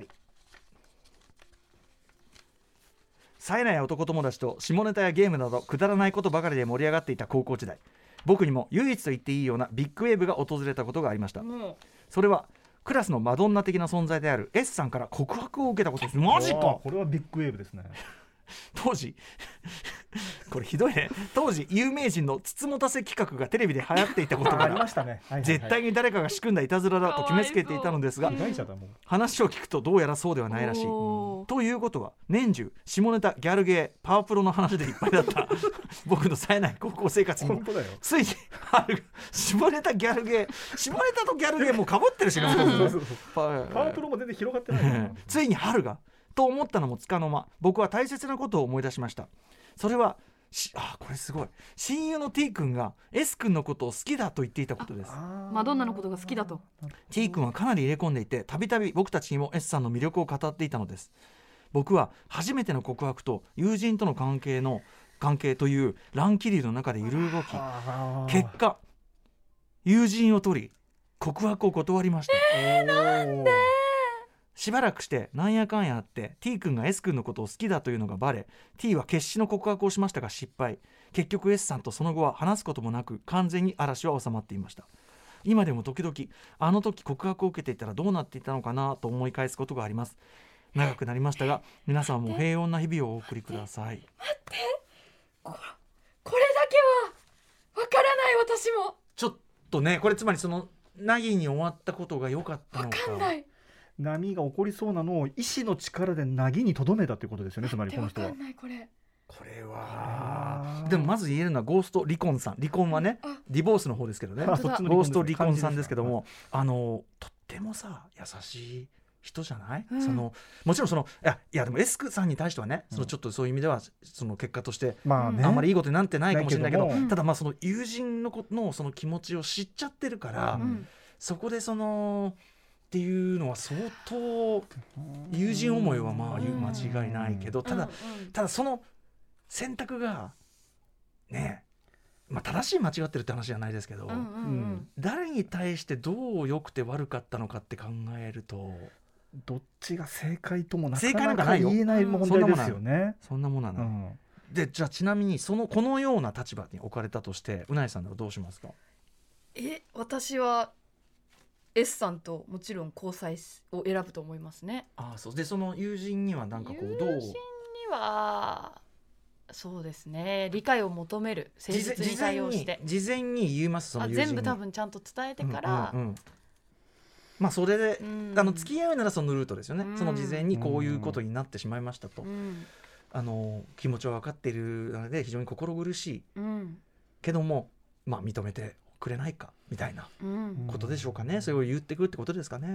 冴えない男友達と下ネタやゲームなどくだらないことばかりで盛り上がっていた高校時代、 僕にも唯一と言っていいようなビッグウェーブが訪れたことがありました。 もそれはクラスのマドンナ的な存在である S さんから告白を受けたことです。マジか。 これはビッグウェーブですね。 当時これひどいね。当時有名人のつつもたせ企画がテレビで流行っていたことかありまらしたね、はいはいはい、 絶対に誰かが仕組んだいたずらだと決めつけていたのですが、 被害者だもん。 話を聞くとどうやらそうではないらしい。 おーということは年中下ネタギャルゲーパワプロの話でいっぱいだった僕の冴えない高校生活にも本当だよ。 ついに春下ネタギャルゲー下ネタとギャルゲーもかぶってるしねそうそうパパワープロも全然広がってないからなついに春がと思ったのもつかの間、僕は大切なことを思い出しました。それはこれすごい、親友の T 君が S 君のことを好きだと言っていたことです。 マドンナのことが好きだと。 T 君はかなり入れ込んでいて、たびたび僕たちにも S さんの魅力を語っていたのです。僕は初めての告白と友人との関係という乱気流の中で揺る動き、結果友人を取り告白を断りました。 なんでしばらくしてなんやかんやあって T 君が S 君のことを好きだというのがバレ、 T は決死の告白をしましたが失敗。結局 S さんとその後は話すこともなく完全に嵐は収まっていました。今でも時々あの時告白を受けていたらどうなっていたのかなと思い返すことがあります。長くなりましたが皆さんも平穏な日々をお送りください。 これだけはわからない。私もちょっとね、これつまりそのナギに終わったことが良かったのか、 わかんない。 波が起こりそうなのを意志の力でなぎにとどめたということですよね。つまりこの人はわかんないこれはでもまず言えるのはゴーストリコンさん。離婚はねディボースの方ですけどね、ゴそっちのーストリコンさんですけど漢も、とってもさ優しい人じゃない、 うんもちろんいやでもエスクさんに対してはね、ちょっとそういう意味ではその結果としてまあね、 あんまりいいことになってないかもしれないけど、 ないけどもただまあその友人のその気持ちを知っちゃってるから、 うんそこでっていうのは相当友人思いはまあ間違いないけど、ただその選択がね、まあ、正しい間違ってるって話じゃないですけど、誰に対してどう良くて悪かったのかって考えるとどっちが正解ともな正解かなかなんかないよ言えない問題ですよね。 そんなものはない、でじゃあちなみにこのような立場に置かれたとしてうないさんはどうしますか？ 私は S さんともちろん交際を選ぶと思いますね。 そうで、その友人にはなんかこうどう友人にはそうですね、理解を求める、誠実に対応して事前に言います。その友人に全部多分ちゃんと伝えてから、 まあそれで、付き合うならそのルートですよね、その事前にこういうことになってしまいましたと、気持ちは分かっているので非常に心苦しい、けどもまあ認めてくれないかみたいなことでしょうかね。それを言ってくるってことですかね。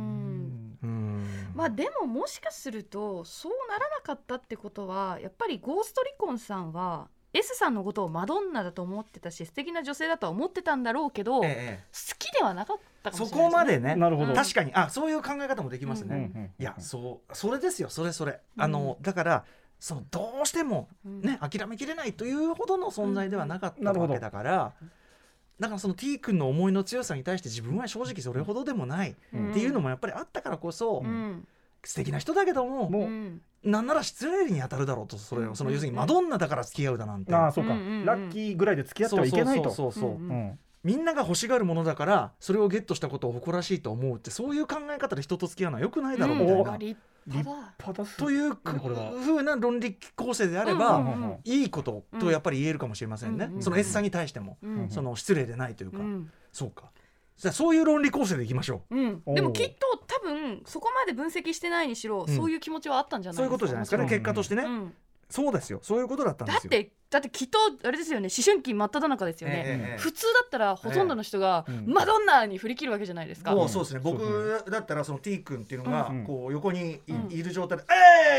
まあでももしかするとそうならなかったってことは、やっぱりゴーストリコンさんは S さんのことをマドンナだと思ってたし素敵な女性だとは思ってたんだろうけど、好きではなかったかもしれないですね。 そこまでね、 なるほど、 確かにそういう考え方もできますね。いやそれですよ、それ、だからどうしてもね、諦めきれないというほどの存在ではなかったわけだから、だからその T 君の思いの強さに対して自分は正直それほどでもないっていうのもやっぱりあったからこそ、素敵な人だけども、なんなら失礼に当たるだろうと、その要するにマドンナだから付き合うだなんて、 そうか、ラッキーぐらいで付き合ってはいけないと、 みんなが欲しがるものだからそれをゲットしたことを誇らしいと思うって、そういう考え方で人と付き合うのは良くないだろうみたいな、 立派だという風な論理構成であれば、いいこととやっぱり言えるかもしれませんね。その S さんに対しても、その失礼でないというか、そうか、じゃあそういう論理構成でいきましょう。 でもきっと多分そこまで分析してないにしろ、そういう気持ちはあったんじゃないですか。 そういうことじゃないですかね、結果としてね。そうですよ、そういうことだったんですよ。 だってきっとあれですよね、思春期真っ只中ですよね。普通だったらほとんどの人がマドンナに振り切るわけじじゃないですか。 そうですね、僕だったらその T 君っていうのがこう横にいる状態で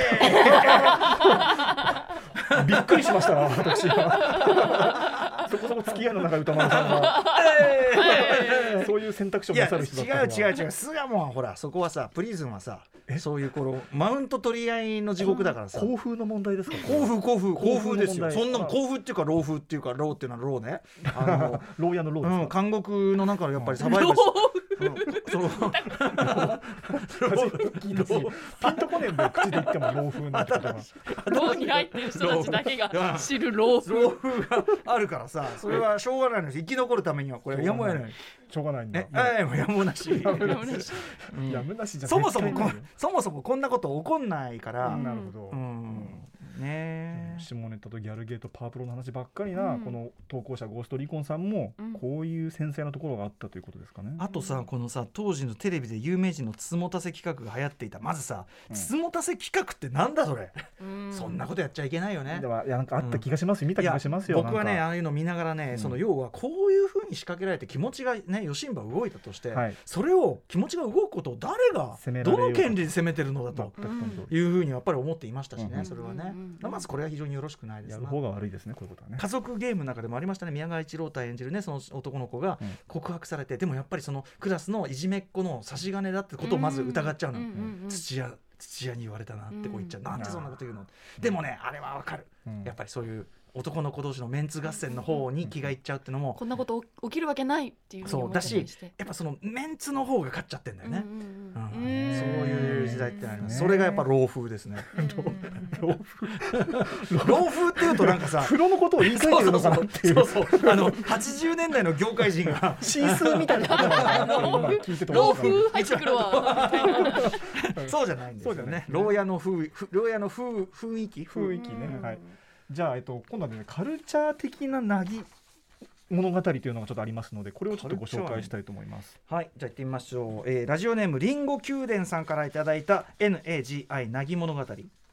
びっくりしましたな私はそこそこ付き合いの中で歌丸さんがそういう選択肢をなさる人だったのは。 違う巣鴨はほら、そこはさ、プリズンはさ、そういうマウント取り合いの地獄だからさ。 興風の問題ですか？ 興風ですよ。そんな興風っていうか老風っていうか、老っていうのは老ね、 牢屋の牢ですか？ 監獄の中のやっぱりサバイブそのピンとこねえんだよ、口で言っても老風なんて言葉。 牢に入ってる人たちだけが知る牢風。 老風があるからさ、それはしょうがないのです。生き残るためにはこれやむを得ない。 しょうがないんだ。 やむなし。 やむなしじゃそもそもこんなこと起こんないから。 なるほど。 ね、 下ネタとギャルゲーとパワプロの話ばっかりな、この投稿者ゴーストリコンさんもこういう繊細なところがあったということですかね。 あとさ、このさ当時のテレビで有名人のつつもたせ企画が流行っていた。まずさ、つつもたせ企画ってなんだそれ、そんなことやっちゃいけないよね。 ではなんかあった気がしますよ、見た気がしますよ。 僕はねああいうの見ながらね、その要はこういう風に仕掛けられて気持ちがねよしんば動いたとして、それを気持ちが動くことを誰がどの権利で責めてるのだという風にやっぱり思っていましたしね、それはね。まずこれは非常によろしくないです。 やる方が悪いですね、こういうことはね。 家族ゲームの中でもありましたね。宮川一郎太演じるねその男の子が告白されて、でもやっぱりそのクラスのいじめっ子の差し金だってことをまず疑っちゃうの。土屋に言われたなってこう言っちゃう。なんでそんなこと言うの。でもねあれはわかる。やっぱりそういう男の子同士のメンツ合戦の方に気がいっちゃうっていうのも、 こんなこと起きるわけないっていうふうに思ったりして、 そうだし、やっぱそのメンツの方が勝っちゃってんだよね。そういう時代ってあります。それがやっぱ老風ですね。老風っていうとなんかさ、 風呂のことを言い換えてるのかなっていう。 80年代の業界人がシースーみたいなことなのかなって今聞いてて老風入ってくるわそうじゃないんですよね。牢屋の雰囲気ね。はい。じゃあ、今度はね、カルチャー的ななぎ物語というのがちょっとありますので、これをちょっとご紹介したいと思います。 はい、じゃあ行ってみましょう。ラジオネームリンゴ宮殿さんからいただいた NAGI なぎ物語。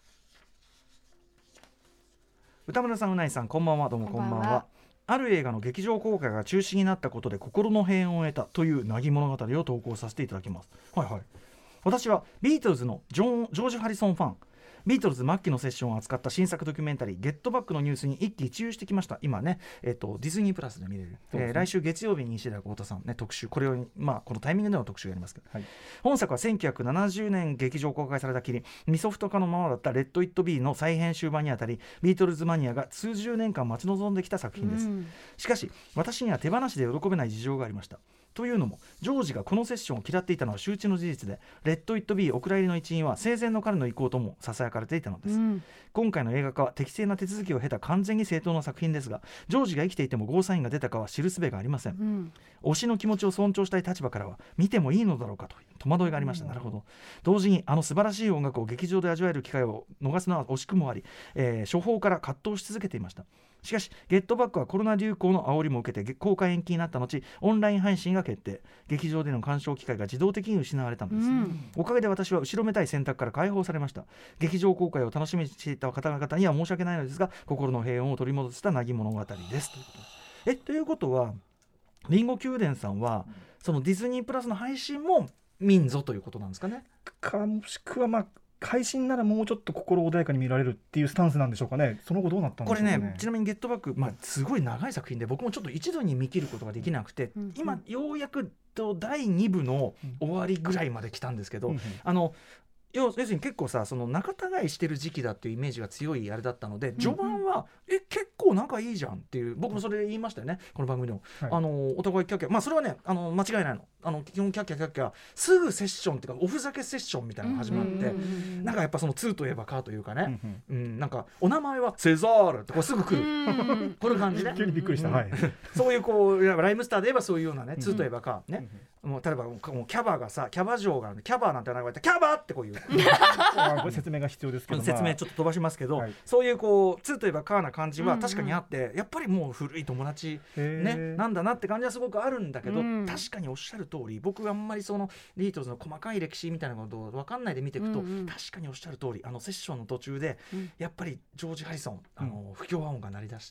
歌村さん、うないさん、こんばんは。どうもこんばんは。ある映画の劇場公開が中止になったことで心の平穏を得たというなぎ物語を投稿させていただきます。はいはい。私はビートルズのジョージ・ハリソンファン。ビートルズ末期のセッションを扱った新作ドキュメンタリーゲットバックのニュースに一喜一憂してきました。今ね、ディズニープラスで見れる、来週月曜日に石田豪太さん、ね、特集、これを、このタイミングでの特集をやりますけど、本作は1970年劇場公開されたきり未ソフト化のままだったレッド・イット・ビーの再編集版にあたり、ビートルズマニアが数十年間待ち望んできた作品です。しかし私には手放しで喜べない事情がありました。というのもジョージがこのセッションを嫌っていたのは周知の事実で、レッド・イット・ビーお蔵入りの一因は生前の彼の意向ともささやかれていたのです。今回の映画化は適正な手続きを経た完全に正当な作品ですが、ジョージが生きていてもゴーサインが出たかは知るすべがありません。推しの気持ちを尊重したい立場からは見てもいいのだろうかという戸惑いがありました。なるほど。同時に素晴らしい音楽を劇場で味わえる機会を逃すのは惜しくもあり、処方から葛藤し続けていました。しかしゲットバックはコロナ流行の煽りも受けて公開延期になった後、オンライン配信が決定。劇場での鑑賞機会が自動的に失われたのです。おかげで私は後ろめたい選択から解放されました。劇場公開を楽しみにしていた方々には申し訳ないのですが、心の平穏を取り戻したなぎ物語です。ということはリンゴ宮殿さんはそのディズニープラスの配信も見んぞということなんですかね。 もしくは配信ならもうちょっと心穏やかに見られるっていうスタンスなんでしょうかね。その後どうなったんでしょうかね。 これね、ちなみにゲットバック、すごい長い作品で僕もちょっと一度に見切ることができなくて、今ようやく第2部の終わりぐらいまで来たんですけど、要するに結構さ、その仲違いしてる時期だっていうイメージが強いあれだったので、序盤は結構仲いいじゃんっていう、僕もそれ言いましたよね、この番組でも。お互いキャッキャ、それはね間違いないの。基本キャッキャキャッキャすぐセッションっていうかおふざけセッションみたいなのが始まって、なんかやっぱその2といえばかというかね、なんかお名前はセザールってこうすぐ来るこの感じね。 急にびっくりした。 そういうこうライムスターで言えばそういうようなね、2といえばかね。もう例えばもうキャバがさ、キャバ嬢がキャバなんて名前でキャバってこういうこれ説明が必要ですけど、 説明ちょっと飛ばしますけど、そういうこう2といえばカーな感じは確かにあって、やっぱりもう古い友達ねなんだなって感じはすごくあるんだけど、確かにおっしゃる通り、僕あんまりそのビートルズの細かい歴史みたいなことを分かんないで見ていくと、確かにおっしゃる通りセッションの途中でやっぱりジョージ・ハリソン不協和音が鳴り出して、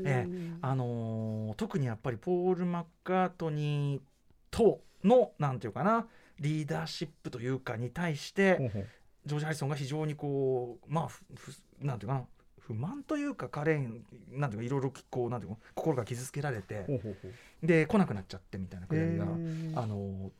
特にやっぱりポール・マッカートニーとのなんていうかな、リーダーシップというかに対してジョージ・ハリソンが非常にこうなんていうかな、不満というか彼なんていうかいろいろこうなんていうか心が傷つけられてで来なくなっちゃってみたいなくだりが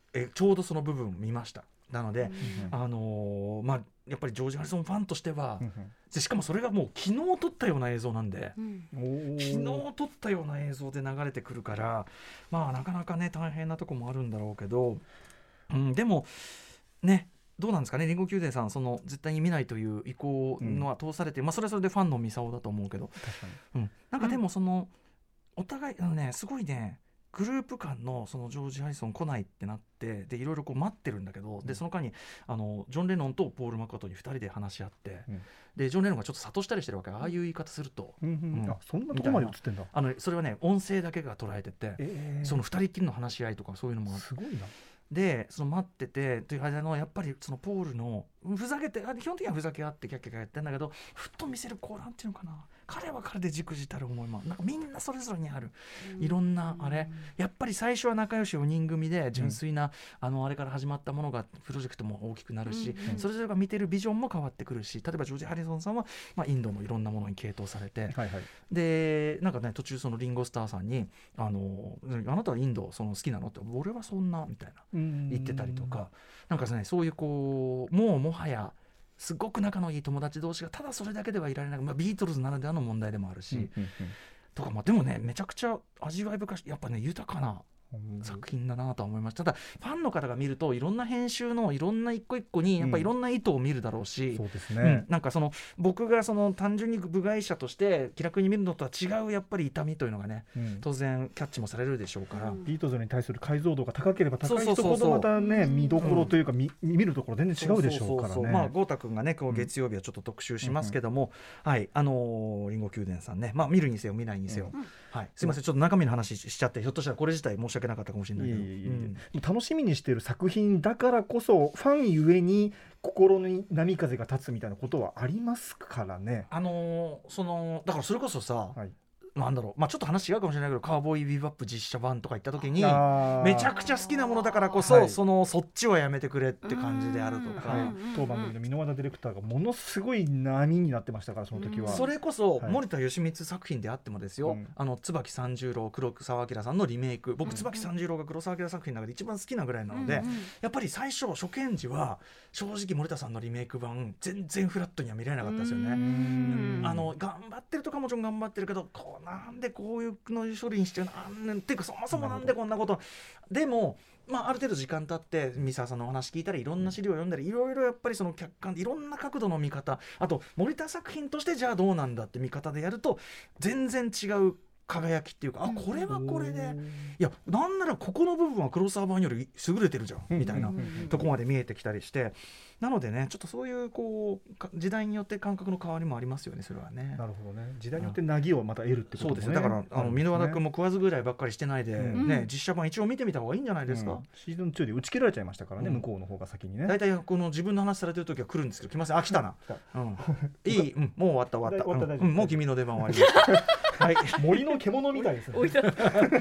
ちょうどその部分見ました。なので、まあやっぱりジョージ・ハリソンファンとしては、でしかもそれがもう昨日撮ったような映像なんで、昨日撮ったような映像で流れてくるから、まあなかなかね大変なとこもあるんだろうけど、でもねどうなんですかね、リンゴ宮殿さんその絶対に見ないという意向のは通されて、まあそれはそれでファンのミサオだと思うけど、なんかでもその、お互いねすごいねグループ間のそのジョージ・ハリソン来ないってなってでいろいろこう待ってるんだけど、でその間にジョン・レノンとポール・マッカートニー2人で話し合って、でジョン・レノンがちょっと諭したりしてるわけ、ああいう言い方すると、 あそんなとこまで映ってんだ。 それはね音声だけが捉えてて、その2人っきりの話し合いとかそういうのもある。 すごいな。 でその待っててという間のやっぱりそのポールのふざけて基本的にはふざけ合ってキャッキャキャやってんだけど、ふっと見せるこうなんていうのかな、彼は彼でじくじたる思いもなんかみんなそれぞれにあるいろんなあれ、やっぱり最初は仲良し4人組で純粋な、あれから始まったものがプロジェクトも大きくなるし、それぞれが見てるビジョンも変わってくるし、例えばジョージ・ハリソンさんは、まあ、インドのいろんなものに傾倒されて、でなんかね途中そのリンゴスターさんにあなたはインドその好きなのって、俺はそんなみたいな言ってたりとか、なんかねそういうこうもはやすごく仲のいい友達同士がただそれだけではいられない、まあ、ビートルズならではの問題でもあるし、とか、まあ、でもねめちゃくちゃ味わい深いやっぱね豊かな作品だなとは思いました。ただファンの方が見るといろんな編集のいろんな一個一個にやっぱりいろんな意図を見るだろうし、 そうですね、 なんかその僕がその単純に部外者として気楽に見るのとは違うやっぱり痛みというのがね、当然キャッチもされるでしょうから、 ビートルズに対する解像度が高ければ高い人ほどまたね見どころというか、見るところ全然違うでしょうからね。 まあ豪太くんがねこう月曜日はちょっと特集しますけども、はいリンゴ宮殿さんね、まあ見るにせよ見ないにせよ、はい、すいませんちょっと中身の話しちゃって、ひょっとしたらこれ自体申し訳なかったかもしれないけど、 楽しみにしている作品だからこそファンゆえに心に波風が立つみたいなことはありますからね。 だからそれこそさ、なんだろう、まあ、ちょっと話違うかもしれないけどカーボーイビバップ実写版とか行った時にめちゃくちゃ好きなものだからこそ、そっちはやめてくれって感じであるとか、 当番組の箕輪田ディレクターがものすごい波になってましたから、その時は。 それこそ森田義満作品であってもですよ、椿三十郎黒澤明さんのリメイク、僕椿三十郎が黒澤明作品の中で一番好きなぐらいなので、やっぱり最初初見時は正直森田さんのリメイク版全然フラットには見れなかったですよね。頑張ってるとかもちろん頑張ってるけど、なんでこういうの処理にしてるのっていうか、そもそもなんでこんなことでも、まあ、ある程度時間経って三沢さんのお話聞いたりいろんな資料を読んだりいろいろやっぱりその客観いろんな角度の見方、あと森田作品としてじゃあどうなんだって見方でやると全然違う輝きっていうか、これはこれでいやなんならここの部分は黒沢版より優れてるじゃんみたいなとこまで見えてきたりして、なのでねちょっとそういうこう時代によって感覚の変わりもありますよね、それはね。 なるほどね、時代によって凪をまた得るってこともね。 そうですね、だから箕輪田君も食わずぐらいばっかりしてないで、実写版一応見てみた方がいいんじゃないですか。 シーズン2で打ち切られちゃいましたからね、向こうの方が先にね。 だいたいこの自分の話されてる時は来るんですけど来ません。来たな、いい、もう終わったもう君の出番終わりましたはい、 森の獣みたいですね。 ピー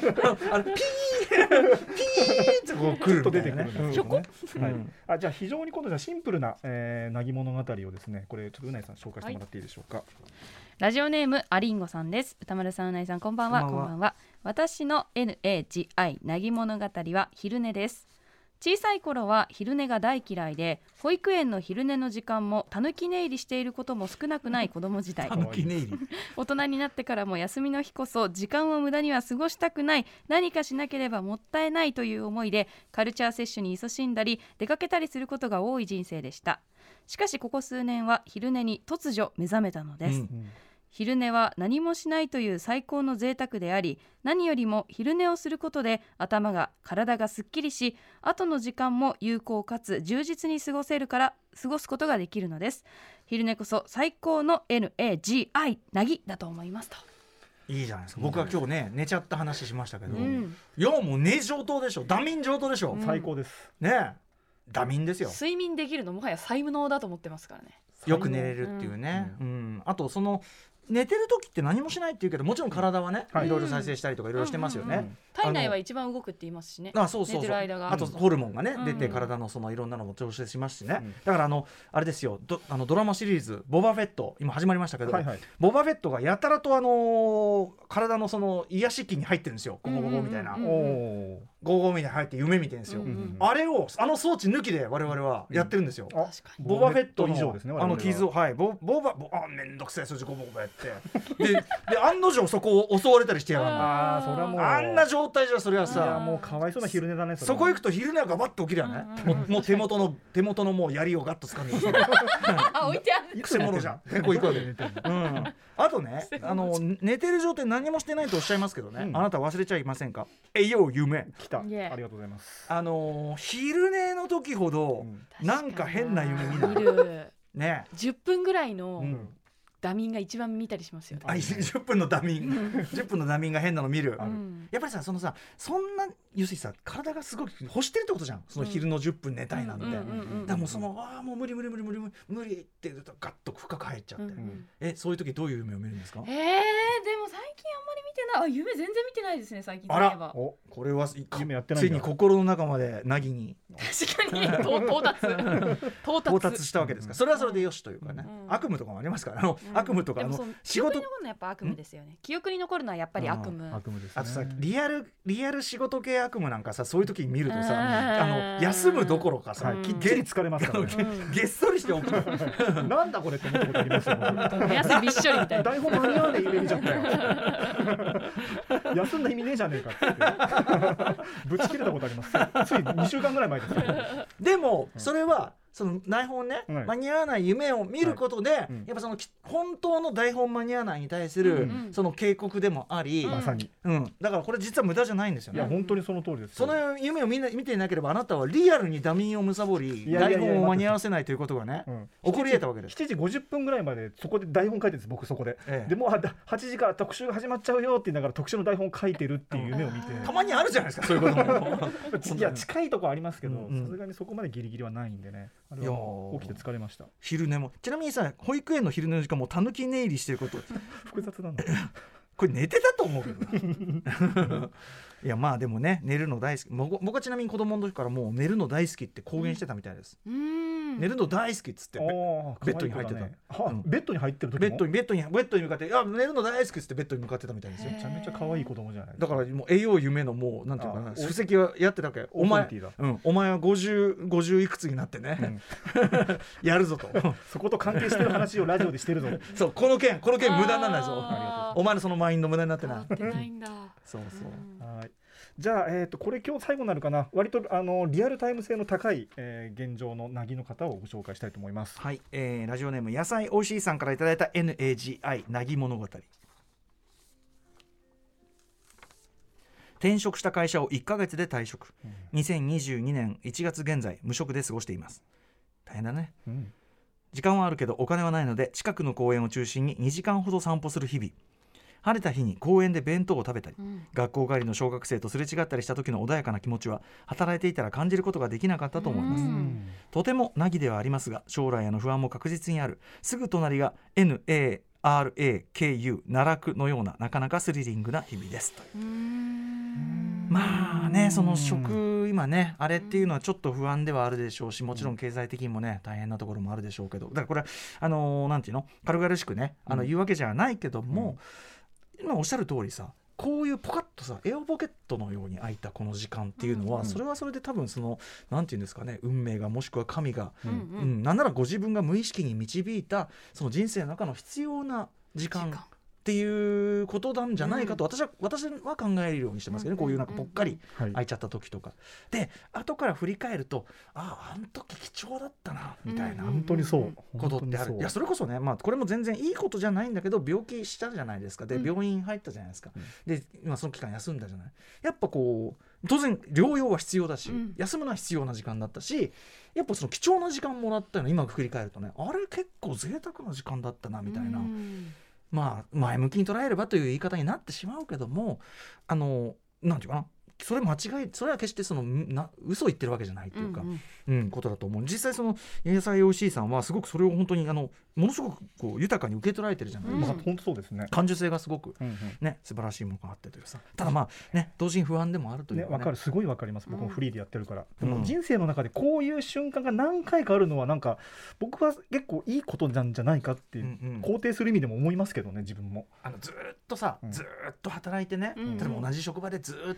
ってこう来るんだよね。 じゃあ非常に今度じゃシンプルな凪物語をですね、これちょっとうないさん紹介してもらっていいでしょうか。 ラジオネームアリンゴさんです。歌丸さん、うないさん、こんばんは。こんばんは。私の NAGI 凪物語は昼寝です。小さい頃は昼寝が大嫌いで、保育園の昼寝の時間もたぬき寝入りしていることも少なくない子供時代。大人になってからも休みの日こそ時間を無駄には過ごしたくない、何かしなければもったいないという思いでカルチャー摂取に勤しんだり出かけたりすることが多い人生でした。しかしここ数年は昼寝に突如目覚めたのです。昼寝は何もしないという最高の贅沢であり、何よりも昼寝をすることで体がすっきりし、後の時間も有効かつ充実に過ごすことができるのです。昼寝こそ最高の NAGI 凪だと思いますと。 いいじゃないですか。僕は今日ね寝ちゃった話しましたけど、いやもう寝上等でしょ、ダミン上等でしょ、 最高ですね。ダミンですよ。 睡眠できるのもはや才能だと思ってますからね。 よく寝れるっていうね、あとその寝てる時って何もしないっていうけど、もちろん体はね、いろいろ再生したりとかいろいろしてますよね。 体内は一番動くって言いますしね。 そう寝てる間が。 あとホルモンがね出て体のそのいろんなのも調整しますしね。だからあれですよ、ドラマシリーズボバフェット今始まりましたけど、ボバフェットがやたらと体のその癒し器に入ってるんですよ、ゴゴゴゴみたいな。 ゴーゴーみたいに入って夢見てるんですよ、あれを装置抜きで我々はやってるんですよ、 あ確かにボバフェットの以上ですね我々は傷をめんどくさい数字ゴボゴボやってで案の定そこを襲われたりしてやがるの。 ああそれはもうあんな状態じゃそれはいやさもうかわいそうな昼寝だねそこ行くと昼寝がバッと起きるよね、もう手元のもう槍をガッと掴んでますねあ、置いてある。 くせ者じゃん結構行くわけで、あとね寝てる状態何もしてないとおっしゃいますけどね、あなた忘れちゃいませんか。よ夢来た、あ Yeah りがとうございます。 昼寝の時ほどなんか変な夢見ない見るね。 10分ぐらいのうんダミンが一番見たりしますよね。 10分のダミン10分のダミンが変なの見る、 うんやっぱりさそんな要するにさ体がすごく欲してるってことじゃん、その昼の10分寝たいなんて、だからもうもう無理って言うとガッと深く入っちゃって、そういう時どういう夢を見るんですか。 でも最近あんまり見てない。夢全然見てないですね最近。 あらそういえばこれは夢やってないんだついに心の中までなぎに確かに到達したわけですから、それはそれでよしというかね、悪夢とかもありますから悪夢とかでもその仕事記憶に残るのはやっぱ悪夢ですよね。記憶に残るのはやっぱり悪夢。 悪夢ですね。 あとさリアル仕事系悪夢なんかさそういう時に見るとさ休むどころかさ、 きっちり疲れますからね。 げっそりして起きるなんだこれって思ったことありますよ。 目汗びっしょりみたいな。 台本間に合わねえ夢見ちゃったよ。休んだ意味ねえじゃねえかってぶち切れたことあります。つい2週間ぐらい前ですけど。 でもそれはその台本ね、間に合わない夢を見ることで、やっぱその本当の台本間に合わないに対する、その警告でもあり、 まさに、 だからこれ実は無駄じゃないんですよね。 いや本当にその通りです。 その夢を見ていなければあなたはリアルにダミンを貪り台本を間に合わせないということがね、起こり得たわけです。 7時50分ぐらいまでそこで台本書いてるんです僕そこで、でもう8時から特集が始まっちゃうよって言いながら特集の台本書いてるっていう夢を見て、 たまにあるじゃないですかそういうこともいや近いとこありますけど、さすがにそこまでギリギリはないんでね、あれは起きて疲れました。 昼寝もちなみにさ保育園の昼寝の時間もたぬき寝入りしてること複雑なんだこれ寝てたと思うけどいやまあでもね寝るの大好き、僕はちなみに子供の時からもう寝るの大好きって公言してたみたいです、寝るの大好きっつってベッドに入ってた、 ベッドに入ってる時もベッドに向かって寝るの大好きっつってベッドに向かってたみたいですよ。 めちゃめちゃ可愛い子供じゃない。 だからもう栄養夢のもうなんていうかな布石はやってたわけ。お前は50いくつになってね、やるぞとそこと関係してる話をラジオでしてるぞそうこの件無駄にならないぞお前のそのマインド無駄になってない。 ないんだ。 そうはい。じゃあ、これ今日最後になるかな、割とリアルタイム性の高い、現状のなぎの方をご紹介したいと思います。 はい、ラジオネーム野菜おいしいさんからいただいた NAGI なぎ物語。転職した会社を1ヶ月で退職、2022年1月現在無職で過ごしています。大変だね、時間はあるけどお金はないので近くの公園を中心に2時間ほど散歩する日々。晴れた日に公園で弁当を食べたり、学校帰りの小学生とすれ違ったりした時の穏やかな気持ちは働いていたら感じることができなかったと思います。とても凪ではありますが将来への不安も確実にある。すぐ隣が NARAKU 奈落のようななかなかスリリングな日々ですという。まあねその職今ねあれっていうのはちょっと不安ではあるでしょうし、もちろん経済的にもね大変なところもあるでしょうけど、だからこれなんていうの軽々しくね言うわけじゃないけども、今おっしゃる通りさこういうポカッとさエアポケットのように空いたこの時間っていうのは、それはそれで多分そのなんていうんですかね運命がもしくは神が、なんならご自分が無意識に導いたその人生の中の必要な時間っていうことなんじゃないかと私は考えるようにしてますけどね、こういうなんかぽっかり空いちゃった時とか、で後から振り返るとあの時貴重だったなみたいな、 本当にそうことってある。いやそれこそね、これも全然いいことじゃないんだけど病気したじゃないですか。で病院入ったじゃないですか、で今その期間休んだじゃない。やっぱこう当然療養は必要だし、休むのは必要な時間だったし、やっぱその貴重な時間もらったの今振り返るとね、あれ結構贅沢な時間だったなみたいな、前向きに捉えればという言い方になってしまうけども、なんていうかな、それは決して嘘言ってるわけじゃないというか、ことだと思う。実際その野菜おいしいさんはすごくそれを本当にものすごくこう豊かに受け取られてるじゃないですか。 本当そうですね。 感受性がすごく、素晴らしいものがあってというさ、ただ同時に不安でもあるというか、 わかる、すごいわかります。僕もフリーでやってるから、でも人生の中でこういう瞬間が何回かあるのはなんか僕は結構いいことなんじゃないかって肯定する意味でも思いますけどね。自分もずっと働いてね、例えば同じ職場でずっと忙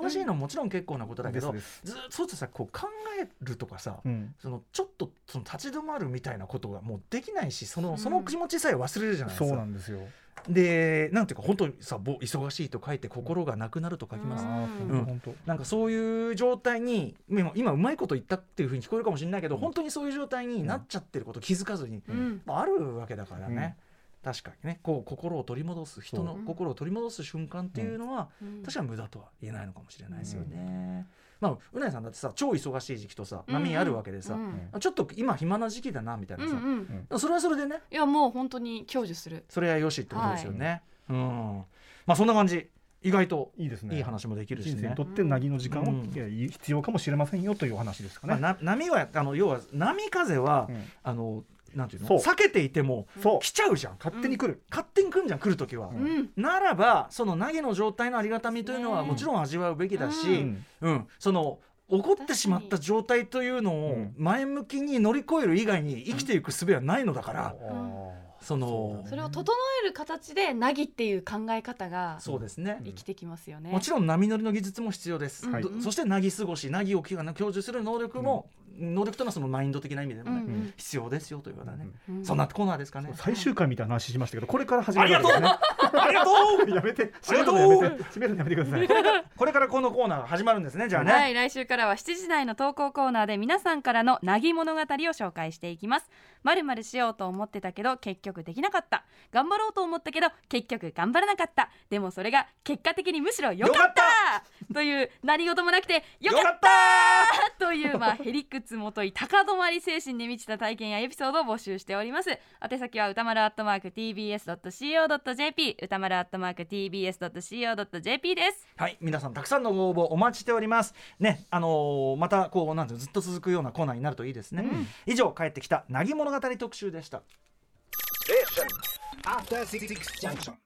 忙しいのももちろん結構なことだけど、 ですずっとそうするとさこう考えるとかさ、そのちょっとその立ち止まるみたいなことがもうできないし、その気持ちさえ忘れるじゃないですか。 そうなんですよ。 でなんていうか本当にさ忙しいと書いて心がなくなると書きます、 本当なんかそういう状態に今うまいこと言ったっていう風に聞こえるかもしれないけど、本当にそういう状態になっちゃってること気づかずに、あるわけだからね、確かにねこう心を取り戻す人の心を取り戻す瞬間っていうのは、確かに無駄とは言えないのかもしれないですよね。うなぎさんだってさ超忙しい時期とさ波あるわけでさ、ちょっと今暇な時期だなみたいなさ、それはそれでね、 いやもう本当に享受する、 それはよしってことですよね、そんな感じ、意外といいですね。 いい話もできるしね、 人生にとって凪の時間を必要かもしれませんよというお話ですかね。 波は要は波風は、なんていうの避けていても来ちゃうじゃん、勝手に来る、勝手に来るじゃん、来るときは、ならばその凪の状態のありがたみというのはもちろん味わうべきだし、その起こってしまった状態というのを前向きに乗り越える以外に生きていく術はないのだから、それを整える形で凪っていう考え方がそうですね生きてきますよね。 もちろん波乗りの技術も必要です、そして凪過ごし凪を享受する能力も、能力というのはそのマインド的な意味でもね、必要ですよというようなね、そんなコーナーですかね。 最終回みたいな話しましたけど、これから始めるわけですね。 ありがとうやめて、閉めるのやめてください。 これからこのコーナーが始まるんですね。じゃあね、 はい、来週からは7時台の投稿コーナーで皆さんからの凪物語を紹介していきます。〇〇しようと思ってたけど結局できなかった、頑張ろうと思ったけど結局頑張らなかった、でもそれが結果的にむしろ良かったという、何事もなくて良かったというへりくつもとい高止まり精神で満ちた体験やエピソードを募集しております。宛先は歌丸@tbs.co.jp、 歌丸@tbs.co.jp です。 はい、皆さんたくさんのご応募お待ちしておりますね。またこうなんていうのずっと続くようなコーナーになるといいですね、以上帰ってきた凪物語特集でした。